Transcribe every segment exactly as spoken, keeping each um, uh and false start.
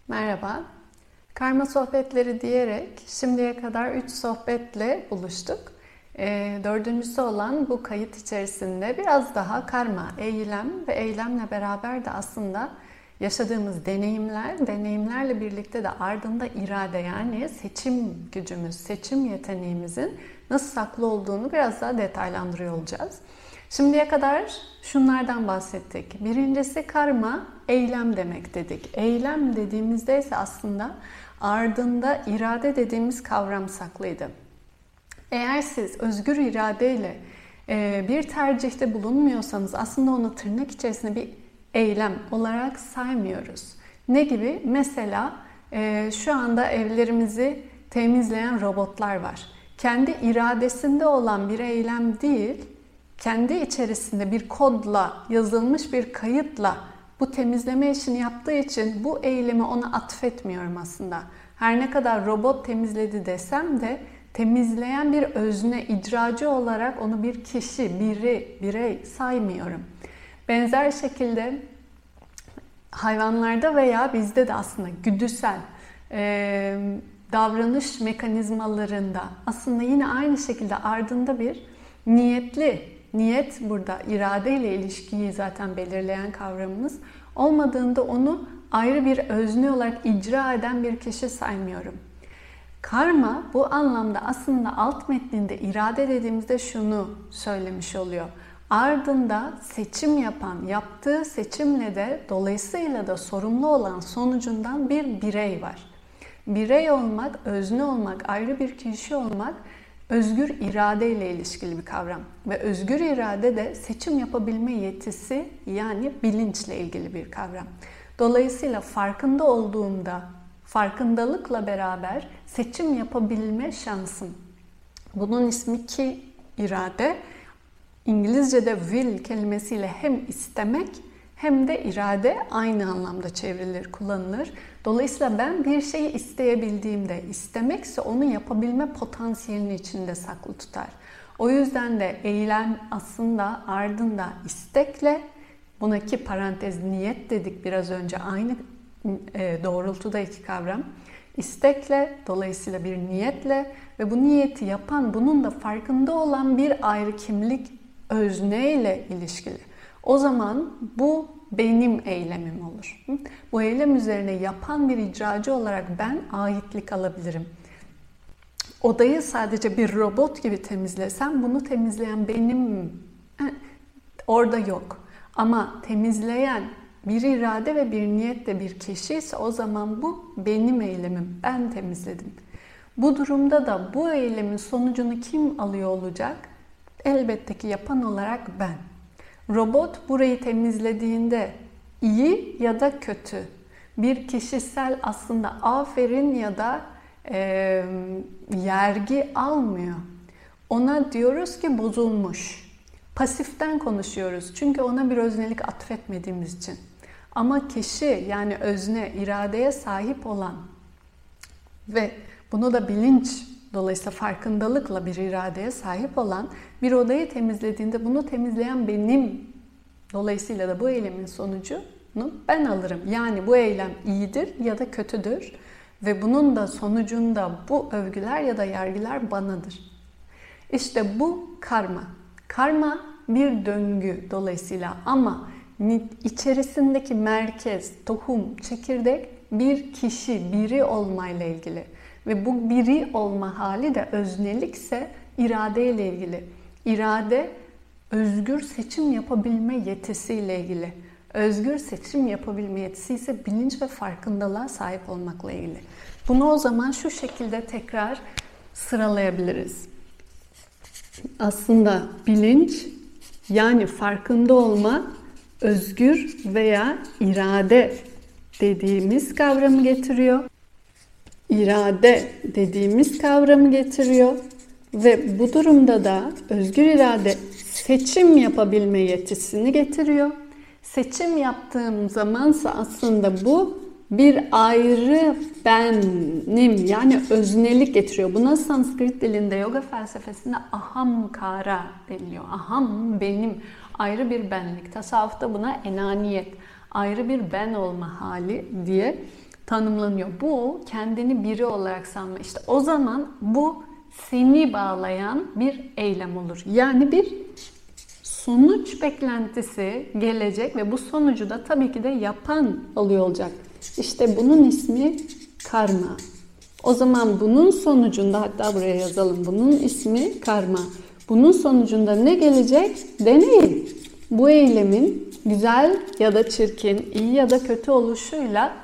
Merhaba. Karma sohbetleri diyerek şimdiye kadar üç sohbetle buluştuk. E, dördüncüsü olan bu kayıt içerisinde biraz daha karma, eylem ve eylemle beraber de aslında yaşadığımız deneyimler, deneyimlerle birlikte de ardında irade yani seçim gücümüz, seçim yeteneğimizin nasıl saklı olduğunu biraz daha detaylandırıyor olacağız. Şimdiye kadar şunlardan bahsettik. Birincisi karma, eylem demek dedik. Eylem dediğimizde ise aslında ardında irade dediğimiz kavram saklıydı. Eğer siz özgür iradeyle bir tercihte bulunmuyorsanız aslında onu tırnak içerisinde bir eylem olarak saymıyoruz. Ne gibi? Mesela şu anda evlerimizi temizleyen robotlar var. Kendi iradesinde olan bir eylem değil, kendi içerisinde bir kodla, yazılmış bir kayıtla bu temizleme işini yaptığı için bu eylemi ona atfetmiyorum aslında. Her ne kadar robot temizledi desem de temizleyen bir özne, icracı olarak onu bir kişi, biri, birey saymıyorum. Benzer şekilde hayvanlarda veya bizde de aslında güdüsel e, davranış mekanizmalarında aslında yine aynı şekilde ardında bir niyetli, niyet burada iradeyle ilişkiyi zaten belirleyen kavramımız olmadığında onu ayrı bir özne olarak icra eden bir kişi saymıyorum. Karma bu anlamda aslında alt metninde irade dediğimizde şunu söylemiş oluyor. Ardında seçim yapan, yaptığı seçimle de dolayısıyla da sorumlu olan sonucundan bir birey var. Birey olmak, özne olmak, ayrı bir kişi olmak özgür irade ile ilişkili bir kavram. Ve özgür irade de seçim yapabilme yetisi yani bilinçle ilgili bir kavram. Dolayısıyla farkında olduğumda, farkındalıkla beraber seçim yapabilme şansım. Bunun ismi ki irade. İngilizce'de will kelimesiyle hem istemek hem de irade aynı anlamda çevrilir, kullanılır. Dolayısıyla ben bir şeyi isteyebildiğimde, istemekse onu yapabilme potansiyelini içinde saklı tutar. O yüzden de eylem aslında ardında istekle, buna ki parantez niyet dedik biraz önce, aynı doğrultuda iki kavram. İstekle, dolayısıyla bir niyetle ve bu niyeti yapan, bunun da farkında olan bir ayrı kimlik özneyle ilişkili. O zaman bu benim eylemim olur. Bu eylem üzerine yapan bir icracı olarak ben aitlik alabilirim. Odayı sadece bir robot gibi temizlesem bunu temizleyen benim orada yok. Ama temizleyen bir irade ve bir niyetle bir kişi ise o zaman bu benim eylemim. Ben temizledim. Bu durumda da bu eylemin sonucunu kim alıyor olacak? Elbette ki yapan olarak ben. Robot burayı temizlediğinde iyi ya da kötü bir kişisel aslında aferin ya da e, yergi almıyor. Ona diyoruz ki bozulmuş. Pasiften konuşuyoruz çünkü ona bir öznelik atfetmediğimiz için. Ama kişi yani özne, iradeye sahip olan ve bunu da bilinç dolayısıyla farkındalıkla bir iradeye sahip olan bir odayı temizlediğinde bunu temizleyen benim. Dolayısıyla da bu eylemin sonucunu ben alırım. Yani bu eylem iyidir ya da kötüdür ve bunun da sonucunda bu övgüler ya da yargılar banadır. İşte bu karma. Karma bir döngü dolayısıyla ama içerisindeki merkez, tohum, çekirdek bir kişi, biri olmayla ilgili. Ve bu biri olma hali de öznelikse iradeyle ilgili. İrade özgür seçim yapabilme yetisiyle ilgili. Özgür seçim yapabilme yetisi ise bilinç ve farkındalığa sahip olmakla ilgili. Bunu o zaman şu şekilde tekrar sıralayabiliriz. Aslında bilinç yani farkında olma, özgür veya irade dediğimiz kavramı getiriyor. İrade dediğimiz kavramı getiriyor ve bu durumda da özgür irade seçim yapabilme yetisini getiriyor. Seçim yaptığım zamansa aslında bu bir ayrı benim yani öznelik getiriyor. Buna Sanskrit dilinde, yoga felsefesinde ahamkara deniliyor. Aham benim, ayrı bir benlik. Tasavvufta buna enaniyet, ayrı bir ben olma hali diye tanımlanıyor. Bu kendini biri olarak sanma. İşte o zaman bu seni bağlayan bir eylem olur. Yani bir sonuç beklentisi gelecek ve bu sonucu da tabii ki de yapan oluyor olacak. İşte bunun ismi karma. O zaman bunun sonucunda, hatta buraya yazalım, bunun ismi karma. Bunun sonucunda ne gelecek? Deneyim. Bu eylemin güzel ya da çirkin, iyi ya da kötü oluşuyla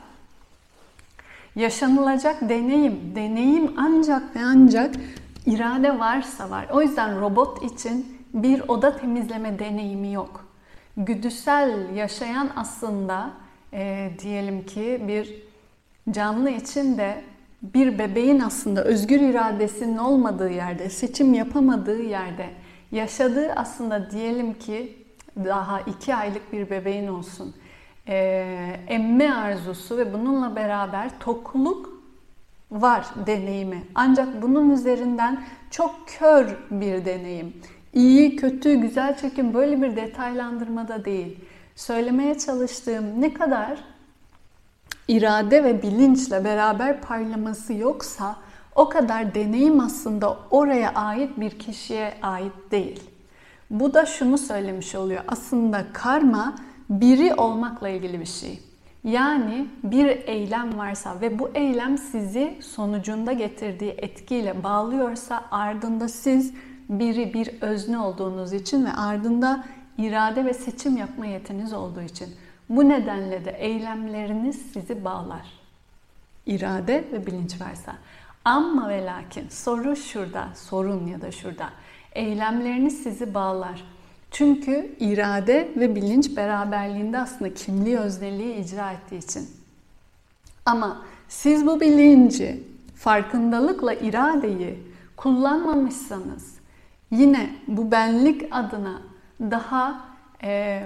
yaşanılacak deneyim. Deneyim ancak ve ancak irade varsa var. O yüzden robot için bir oda temizleme deneyimi yok. Güdüsel yaşayan aslında e, diyelim ki bir canlı için de bir bebeğin aslında özgür iradesinin olmadığı yerde, seçim yapamadığı yerde yaşadığı aslında diyelim ki daha iki aylık bir bebeğin olsun. E, emme arzusu ve bununla beraber tokluk var deneyimi. Ancak bunun üzerinden çok kör bir deneyim. İyi, kötü, güzel, çirkin böyle bir detaylandırmada değil. Söylemeye çalıştığım ne kadar irade ve bilinçle beraber parlaması yoksa o kadar deneyim aslında oraya ait bir kişiye ait değil. Bu da şunu söylemiş oluyor. Aslında karma biri olmakla ilgili bir şey. Yani bir eylem varsa ve bu eylem sizi sonucunda getirdiği etkiyle bağlıyorsa ardında siz biri, bir özne olduğunuz için ve ardında irade ve seçim yapma yetiniz olduğu için. Bu nedenle de eylemleriniz sizi bağlar. İrade ve bilinç varsa. Ama ve lakin soru şurada, sorun ya da şurada. Eylemleriniz sizi bağlar. Çünkü irade ve bilinç beraberliğinde aslında kimliği, özneliği icra ettiği için. Ama siz bu bilinci, farkındalıkla iradeyi kullanmamışsanız, yine bu benlik adına daha e,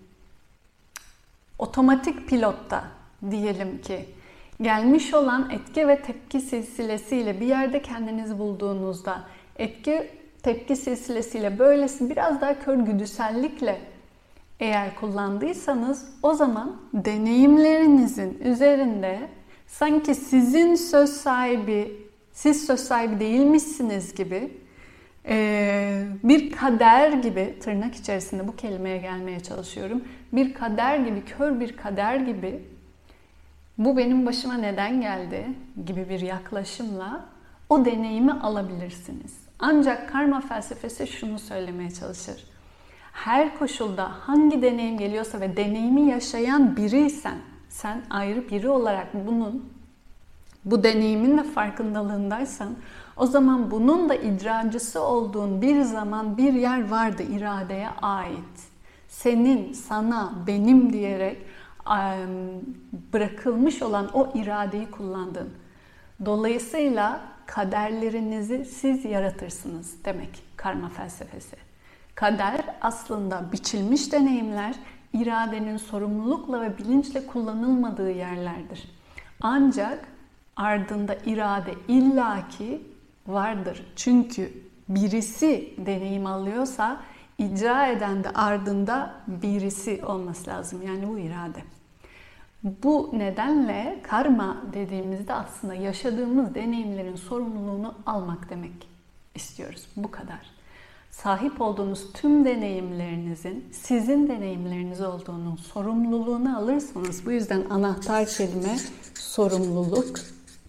otomatik pilotta diyelim ki gelmiş olan etki ve tepki silsilesiyle bir yerde kendinizi bulduğunuzda etki tepki silsilesiyle böylesi biraz daha kör güdüsellikle eğer kullandıysanız o zaman deneyimlerinizin üzerinde sanki sizin söz sahibi, siz söz sahibi değilmişsiniz gibi bir kader gibi, tırnak içerisinde bu kelimeye gelmeye çalışıyorum. Bir kader gibi, kör bir kader gibi bu benim başıma neden geldi gibi bir yaklaşımla o deneyimi alabilirsiniz. Ancak karma felsefesi şunu söylemeye çalışır. Her koşulda hangi deneyim geliyorsa ve deneyimi yaşayan biriysen, sen ayrı biri olarak bunun, bu deneyimin de farkındalığındaysan, o zaman bunun da idrarcısı olduğun bir zaman, bir yer vardı iradeye ait. Senin, sana, benim diyerek bırakılmış olan o iradeyi kullandın. Dolayısıyla kaderlerinizi siz yaratırsınız demek karma felsefesi. Kader aslında biçilmiş deneyimler, iradenin sorumlulukla ve bilinçle kullanılmadığı yerlerdir. Ancak ardında irade illaki vardır. Çünkü birisi deneyim alıyorsa icra eden de ardında birisi olması lazım. Yani bu irade. Bu nedenle karma dediğimizde aslında yaşadığımız deneyimlerin sorumluluğunu almak demek istiyoruz. Bu kadar. Sahip olduğunuz tüm deneyimlerinizin sizin deneyimleriniz olduğunun sorumluluğunu alırsanız, bu yüzden anahtar kelime sorumluluk.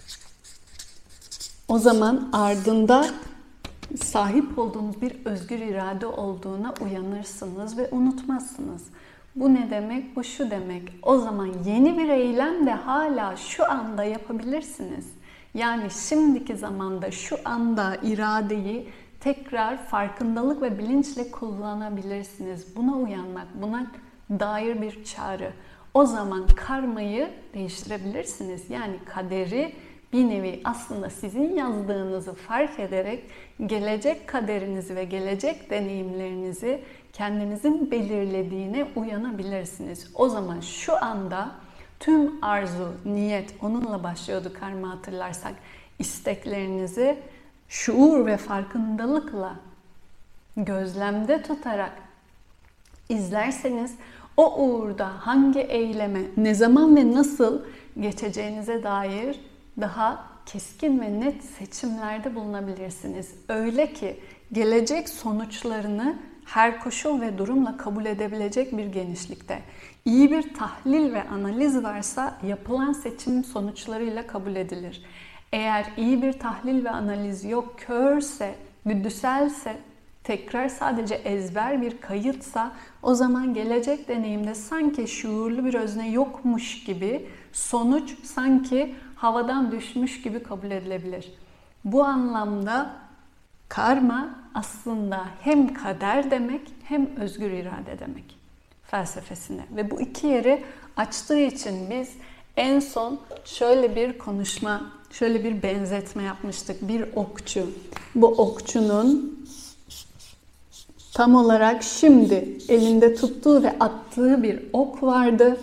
O zaman ardında sahip olduğunuz bir özgür irade olduğuna uyanırsınız ve unutmazsınız. Bu ne demek? Bu şu demek. O zaman yeni bir eylem de hala şu anda yapabilirsiniz. Yani şimdiki zamanda, şu anda iradeyi tekrar farkındalık ve bilinçle kullanabilirsiniz. Buna uyanmak, buna dair bir çağrı. O zaman karmayı değiştirebilirsiniz. Yani kaderi bir nevi aslında sizin yazdığınızı fark ederek gelecek kaderinizi ve gelecek deneyimlerinizi kendinizin belirlediğine uyanabilirsiniz. O zaman şu anda tüm arzu, niyet, onunla başlıyordu karma hatırlarsak, isteklerinizi şuur ve farkındalıkla gözlemde tutarak izlerseniz o uğurda hangi eyleme, ne zaman ve nasıl geçeceğinize dair daha keskin ve net seçimlerde bulunabilirsiniz. Öyle ki gelecek sonuçlarını her koşul ve durumla kabul edebilecek bir genişlikte. İyi bir tahlil ve analiz varsa yapılan seçim sonuçlarıyla kabul edilir. Eğer iyi bir tahlil ve analiz yok, körse, güdüselse, tekrar sadece ezber bir kayıtsa, o zaman gelecek deneyimde sanki şuurlu bir özne yokmuş gibi, sonuç sanki havadan düşmüş gibi kabul edilebilir. Bu anlamda karma aslında hem kader demek hem özgür irade demek felsefesine. Ve bu iki yeri açtığı için biz en son şöyle bir konuşma, şöyle bir benzetme yapmıştık. Bir okçu. Bu okçunun tam olarak şimdi elinde tuttuğu ve attığı bir ok vardı.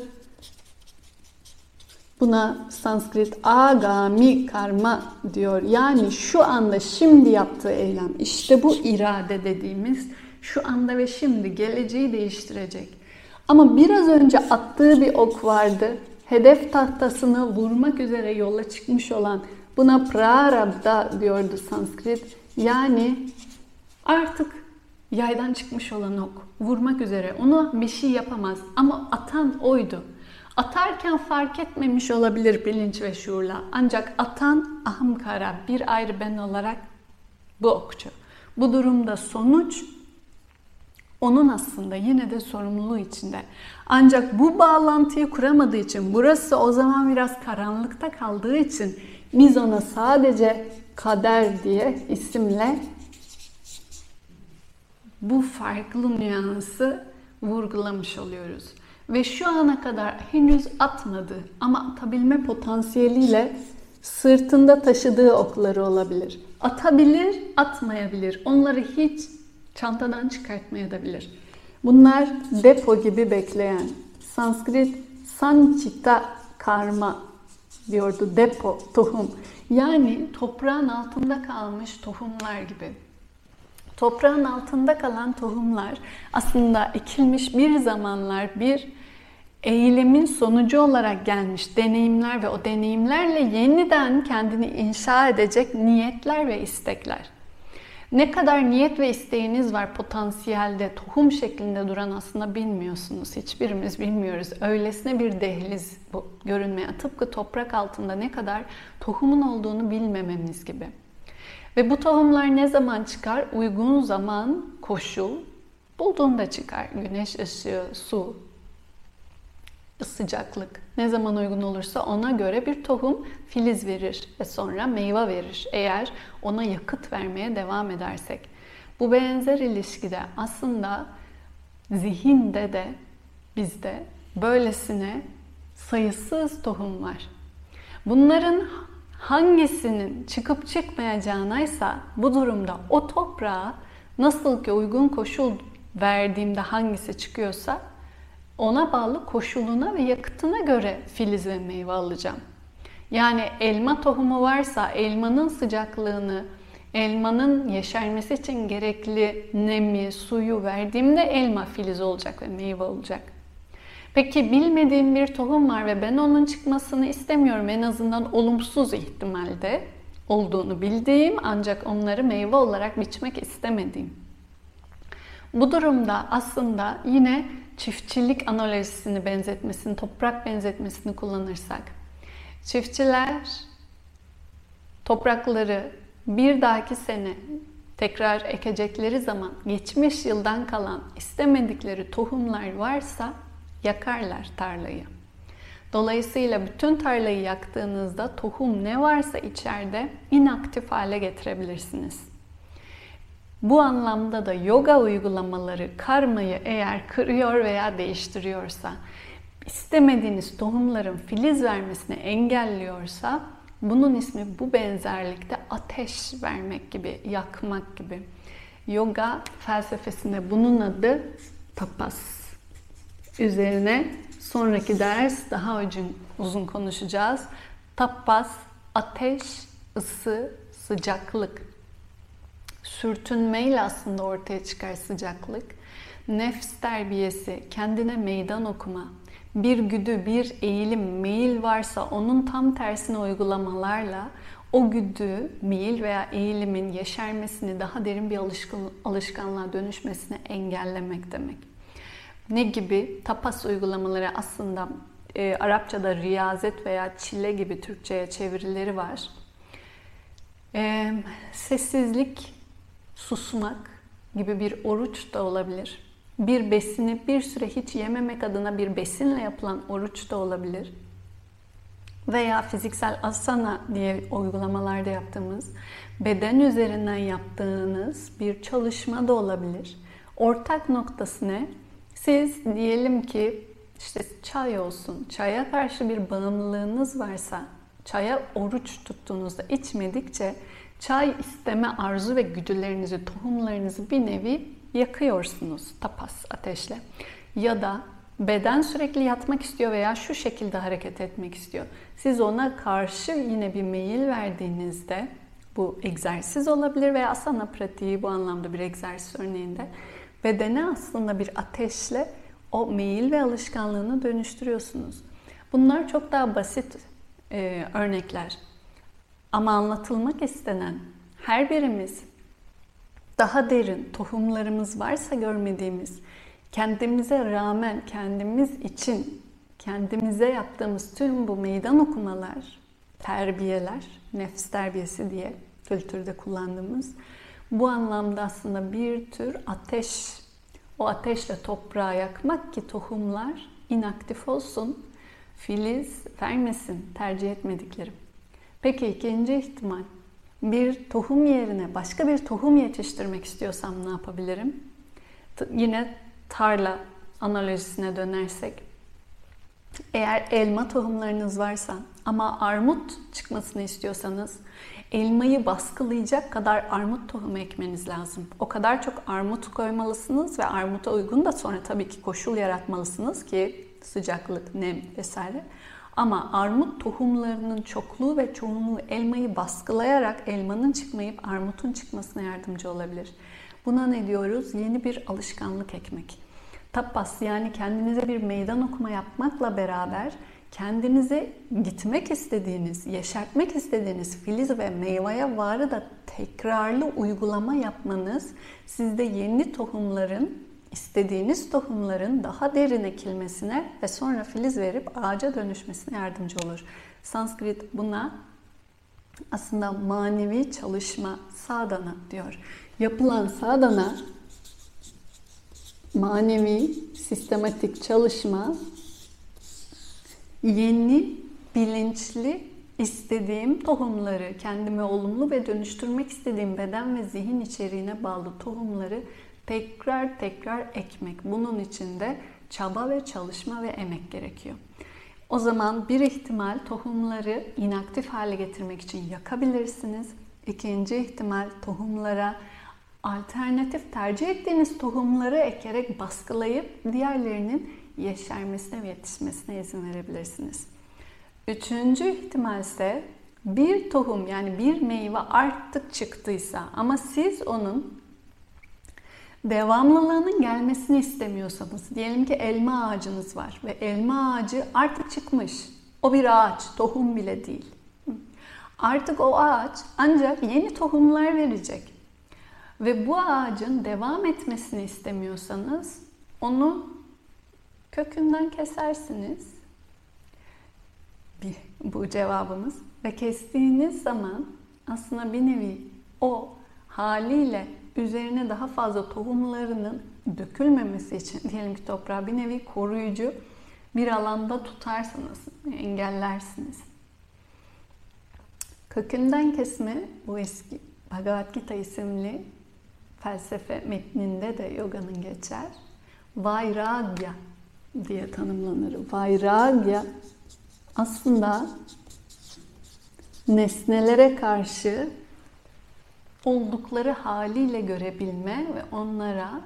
Buna Sanskrit agami karma diyor. Yani şu anda şimdi yaptığı eylem. İşte bu irade dediğimiz şu anda ve şimdi geleceği değiştirecek. Ama biraz önce attığı bir ok vardı. Hedef tahtasını vurmak üzere yola çıkmış olan, buna prarabdha diyordu Sanskrit. Yani artık yaydan çıkmış olan ok, vurmak üzere. Onu bir şey yapamaz ama atan oydu. Atarken fark etmemiş olabilir bilinç ve şuurla. Ancak atan ahamkara, bir ayrı ben olarak bu okçu. Bu durumda sonuç onun aslında yine de sorumluluğu içinde. Ancak bu bağlantıyı kuramadığı için, burası o zaman biraz karanlıkta kaldığı için biz ona sadece kader diye isimle bu farklı nüansı vurgulamış oluyoruz. Ve şu ana kadar henüz atmadı ama atabilme potansiyeliyle sırtında taşıdığı okları olabilir. Atabilir, atmayabilir. Onları hiç çantadan çıkartmayabilir. Bunlar depo gibi bekleyen. Sanskrit sanchita karma diyordu. Depo, tohum. Yani toprağın altında kalmış tohumlar gibi. Toprağın altında kalan tohumlar aslında ekilmiş bir zamanlar bir eğilimin sonucu olarak gelmiş deneyimler ve o deneyimlerle yeniden kendini inşa edecek niyetler ve istekler. Ne kadar niyet ve isteğiniz var potansiyelde tohum şeklinde duran aslında bilmiyorsunuz. Hiçbirimiz bilmiyoruz. Öylesine bir dehliz bu görünmeye. Tıpkı toprak altında ne kadar tohumun olduğunu bilmememiz gibi. Ve bu tohumlar ne zaman çıkar? Uygun zaman, koşul bulduğunda çıkar. Güneş ışığı, su, sıcaklık. Ne zaman uygun olursa ona göre bir tohum filiz verir ve sonra meyve verir. Eğer ona yakıt vermeye devam edersek. Bu benzer ilişkide aslında zihinde de bizde böylesine sayısız tohum var. Bunların hangisinin çıkıp çıkmayacağınaysa bu durumda o toprağa nasıl ki uygun koşul verdiğimde hangisi çıkıyorsa ona bağlı koşuluna ve yakıtına göre filiz ve meyve alacağım. Yani elma tohumu varsa elmanın sıcaklığını, elmanın yeşermesi için gerekli nemi, suyu verdiğimde elma filiz olacak ve meyve olacak. Peki bilmediğim bir tohum var ve ben onun çıkmasını istemiyorum. En azından olumsuz ihtimalde olduğunu bildiğim ancak onları meyve olarak biçmek istemediğim. Bu durumda aslında yine çiftçilik analojisini, benzetmesini, toprak benzetmesini kullanırsak, çiftçiler toprakları bir dahaki sene tekrar ekecekleri zaman geçmiş yıldan kalan istemedikleri tohumlar varsa yakarlar tarlayı. Dolayısıyla bütün tarlayı yaktığınızda tohum ne varsa içeride inaktif hale getirebilirsiniz. Bu anlamda da yoga uygulamaları karmayı eğer kırıyor veya değiştiriyorsa, istemediğiniz tohumların filiz vermesini engelliyorsa, bunun ismi bu benzerlikte ateş vermek gibi, yakmak gibi. Yoga felsefesinde bunun adı tapas. Üzerine sonraki ders daha uzun, uzun konuşacağız. Tapas, ateş, ısı, sıcaklık. Sürtünmeyle aslında ortaya çıkar sıcaklık. Nefs terbiyesi, kendine meydan okuma, bir güdü, bir eğilim, meyil varsa onun tam tersine uygulamalarla o güdü, meyil veya eğilimin yeşermesini, daha derin bir alışkan, alışkanlığa dönüşmesini engellemek demek. Ne gibi? Tapas uygulamaları aslında e, Arapçada riyazet veya çile gibi Türkçe'ye çevirileri var. E, sessizlik, susmak gibi bir oruç da olabilir. Bir besini bir süre hiç yememek adına bir besinle yapılan oruç da olabilir. Veya fiziksel asana diye uygulamalarda yaptığımız, beden üzerinden yaptığınız bir çalışma da olabilir. Ortak noktası ne? Siz diyelim ki işte çay olsun, çaya karşı bir bağımlılığınız varsa, çaya oruç tuttuğunuzda içmedikçe çay isteme arzu ve güdülerinizi, tohumlarınızı bir nevi yakıyorsunuz tapas ateşle. Ya da beden sürekli yatmak istiyor veya şu şekilde hareket etmek istiyor. Siz ona karşı yine bir meyil verdiğinizde, bu egzersiz olabilir veya asana pratiği bu anlamda bir egzersiz örneğinde, bedene aslında bir ateşle o meyil ve alışkanlığını dönüştürüyorsunuz. Bunlar çok daha basit e, örnekler. Ama anlatılmak istenen her birimiz daha derin tohumlarımız varsa görmediğimiz, kendimize rağmen kendimiz için kendimize yaptığımız tüm bu meydan okumalar, terbiyeler, nefs terbiyesi diye kültürde kullandığımız bu anlamda aslında bir tür ateş, o ateşle toprağı yakmak ki tohumlar inaktif olsun, filiz vermesin, tercih etmediklerim. Peki ikinci ihtimal, bir tohum yerine başka bir tohum yetiştirmek istiyorsam ne yapabilirim? T- yine tarla analojisine dönersek, eğer elma tohumlarınız varsa ama armut çıkmasını istiyorsanız elmayı baskılayacak kadar armut tohumu ekmeniz lazım. O kadar çok armut koymalısınız ve armuta uygun da sonra tabii ki koşul yaratmalısınız ki sıcaklık, nem vesaire. Ama armut tohumlarının çokluğu ve çoğunluğu elmayı baskılayarak elmanın çıkmayıp armutun çıkmasına yardımcı olabilir. Buna ne diyoruz? Yeni bir alışkanlık ekmek. Tapas yani kendinize bir meydan okuma yapmakla beraber kendinize gitmek istediğiniz, yeşertmek istediğiniz filiz ve meyveye varı da tekrarlı uygulama yapmanız sizde yeni tohumların, istediğiniz tohumların daha derin ekilmesine ve sonra filiz verip ağaca dönüşmesine yardımcı olur. Sanskrit buna aslında manevi çalışma, sadhana diyor. Yapılan sadhana, manevi, sistematik çalışma, yeni, bilinçli, istediğim tohumları, kendime olumlu ve dönüştürmek istediğim beden ve zihin içeriğine bağlı tohumları tekrar tekrar ekmek. Bunun için de çaba ve çalışma ve emek gerekiyor. O zaman bir ihtimal tohumları inaktif hale getirmek için yakabilirsiniz. İkinci ihtimal tohumlara alternatif tercih ettiğiniz tohumları ekerek baskılayıp diğerlerinin yeşermesine ve yetişmesine izin verebilirsiniz. Üçüncü ihtimal ise bir tohum yani bir meyve artık çıktıysa ama siz onun devamlılığının gelmesini istemiyorsanız, diyelim ki elma ağacınız var ve elma ağacı artık çıkmış. O bir ağaç, tohum bile değil. Artık o ağaç ancak yeni tohumlar verecek. Ve bu ağacın devam etmesini istemiyorsanız onu kökünden kesersiniz. Bu cevabımız. Ve kestiğiniz zaman aslında bir nevi o haliyle üzerine daha fazla tohumlarının dökülmemesi için diyelim ki toprağı bir nevi koruyucu bir alanda tutarsınız, engellersiniz. Kökünden kesme bu eski Bhagavad Gita isimli felsefe metninde de yoganın geçer. Vairagya diye tanımlanır. Vairagya aslında nesnelere karşı oldukları haliyle görebilme ve onlara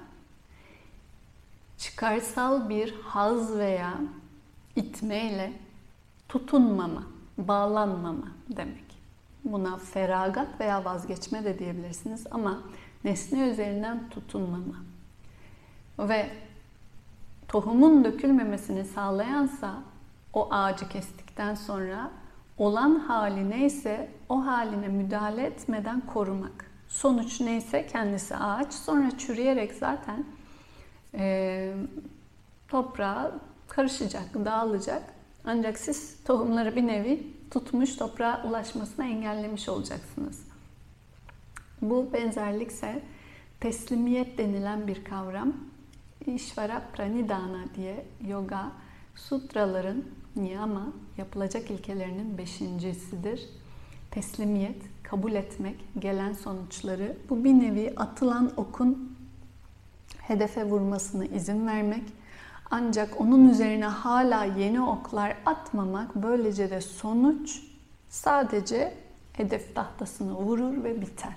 çıkarsal bir haz veya itmeyle tutunmama, bağlanmama demek. Buna feragat veya vazgeçme de diyebilirsiniz ama nesne üzerinden tutunmama. Ve tohumun dökülmemesini sağlayansa o ağacı kestikten sonra olan hali neyse o haline müdahale etmeden korumak. Sonuç neyse kendisi ağaç, sonra çürüyerek zaten e, toprağa karışacak, dağılacak. Ancak siz tohumları bir nevi tutmuş, toprağa ulaşmasına engellemiş olacaksınız. Bu benzerlikse teslimiyet denilen bir kavram. İşvara Pranidhana diye yoga sutraların niyama, yapılacak ilkelerinin beşincisidir. Teslimiyet, kabul etmek, gelen sonuçları, bu bir nevi atılan okun hedefe vurmasına izin vermek. Ancak onun üzerine hala yeni oklar atmamak, böylece de sonuç sadece hedef tahtasını vurur ve biter.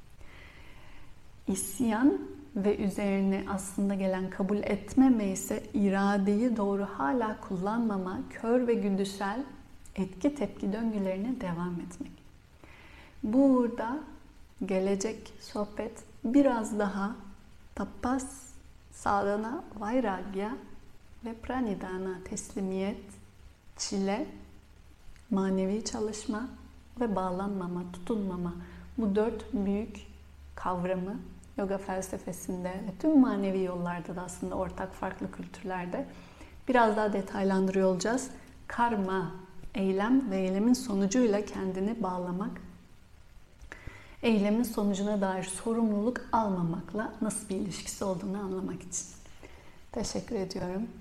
İsyan ve üzerine aslında gelen kabul etmeme ise iradeyi doğru hala kullanmama, kör ve güdüsel etki tepki döngülerine devam etmek. Burada gelecek sohbet biraz daha tapas, sadhana, vairagya ve pranidhana, teslimiyet, çile, manevi çalışma ve bağlanmama, tutunmama. Bu dört büyük kavramı yoga felsefesinde ve tüm manevi yollarda da aslında ortak farklı kültürlerde biraz daha detaylandırıyor olacağız. Karma, eylem ve eylemin sonucuyla kendini bağlamak, eylemin sonucuna dair sorumluluk almamakla nasıl bir ilişkisi olduğunu anlamak için. Teşekkür ediyorum.